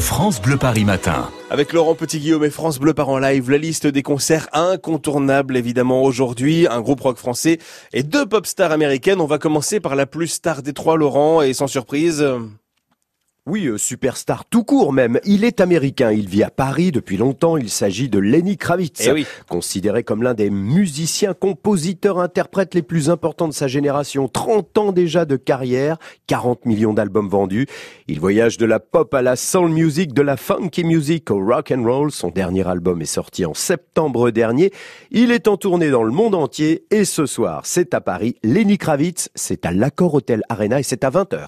France Bleu Paris Matin. Avec Laurent Petit-Guillaume et France Bleu Paris en live, la liste des concerts incontournables évidemment aujourd'hui, un groupe rock français et 2 pop stars américaines. On va commencer par la plus star des 3, Laurent, et sans surprise... Oui, superstar tout court même. Il est américain, il vit à Paris depuis longtemps. Il s'agit de Lenny Kravitz, Eh oui. considéré comme l'un des musiciens, compositeurs, interprètes les plus importants de sa génération. 30 ans déjà de carrière, 40 millions d'albums vendus. Il voyage de la pop à la soul music, de la funky music au rock and roll. Son dernier album est sorti en septembre dernier. Il est en tournée dans le monde entier et ce soir, c'est à Paris. Lenny Kravitz, c'est à l'Accor Hotel Arena et c'est à 20h.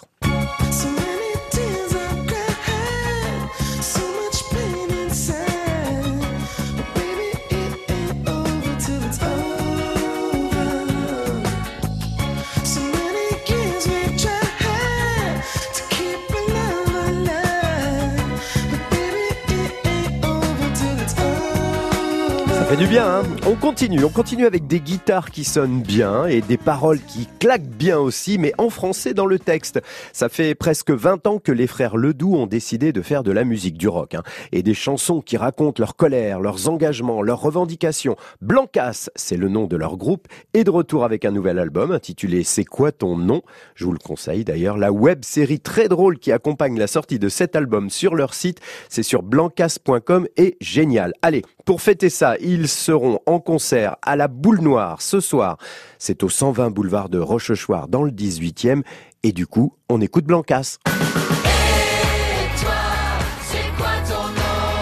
Ça fait du bien, hein. On continue avec des guitares qui sonnent bien et des paroles qui claquent bien aussi, mais en français dans le texte. Ça fait presque 20 ans que les frères Ledoux ont décidé de faire de la musique, du rock, hein, et des chansons qui racontent leur colère, leurs engagements, leurs revendications. Blancas, c'est le nom de leur groupe, est de retour avec un nouvel album intitulé C'est quoi ton nom ? Je vous le conseille d'ailleurs, la web-série très drôle qui accompagne la sortie de cet album sur leur site, c'est sur blancas.com et génial. Allez, pour fêter ça, ils seront en concert à la Boule Noire ce soir. C'est au 120 boulevard de Rochechouart dans le 18e. Et du coup, on écoute Blancas. Et toi, c'est quoi ton nom ?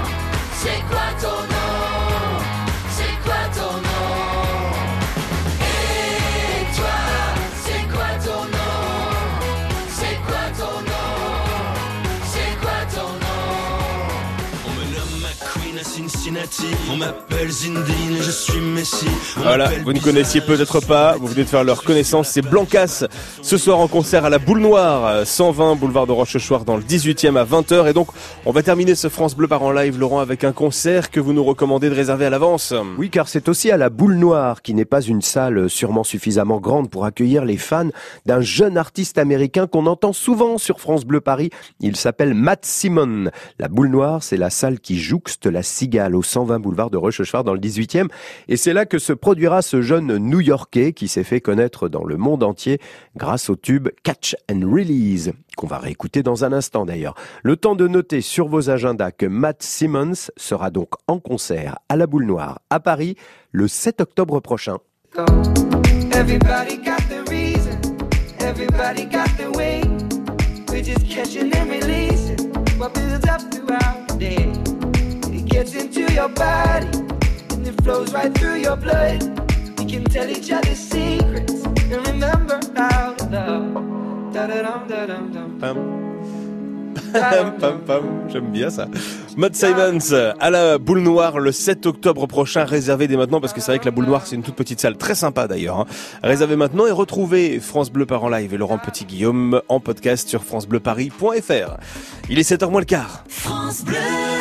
C'est quoi ton nom ? C'est quoi ton nom ? Et toi, c'est quoi ton nom ? C'est quoi ton nom ? C'est quoi ton nom ? On me nomme McQueen à Cincinnati, on m'appelle Zindine, je suis Messi. Voilà, vous ne connaissiez peut-être pas, vous venez de faire leur connaissance, c'est Blancas, ce soir en concert à la Boule Noire, 120 boulevard de Rochechouart dans le 18e à 20h. Et donc, on va terminer ce France Bleu Paris en live, Laurent, avec un concert que vous nous recommandez de réserver à l'avance. Oui, car c'est aussi à la Boule Noire, qui n'est pas une salle sûrement suffisamment grande pour accueillir les fans d'un jeune artiste américain qu'on entend souvent sur France Bleu Paris. Il s'appelle Matt Simon. La Boule Noire, c'est la salle qui jouxte la Cigale au 120 boulevard de Rochechouart dans le 18e. Et c'est là que se produira ce jeune New-Yorkais qui s'est fait connaître dans le monde entier grâce au tube Catch and Release, qu'on va réécouter dans un instant d'ailleurs. Le temps de noter sur vos agendas que Matt Simmons sera donc en concert à la Boule Noire à Paris le 7 octobre prochain. Everybody got the reason, everybody got the way. We're just catching and releasing what builds up throughout the day. It gets into your body and it flows right through your blood. We can tell each other secrets and remember how to love. Da-da-dum-da-dum-dum. Pam, pam. J'aime bien ça. Matt Simons à la Boule Noire le 7 octobre prochain. Réservez dès maintenant parce que c'est vrai que la Boule Noire c'est une toute petite salle très sympa d'ailleurs, hein. Réservez maintenant et retrouvez France Bleu Paris en live et Laurent Petit-Guillaume en podcast sur francebleuparis.fr. Il est 7h moins le quart. France Bleu.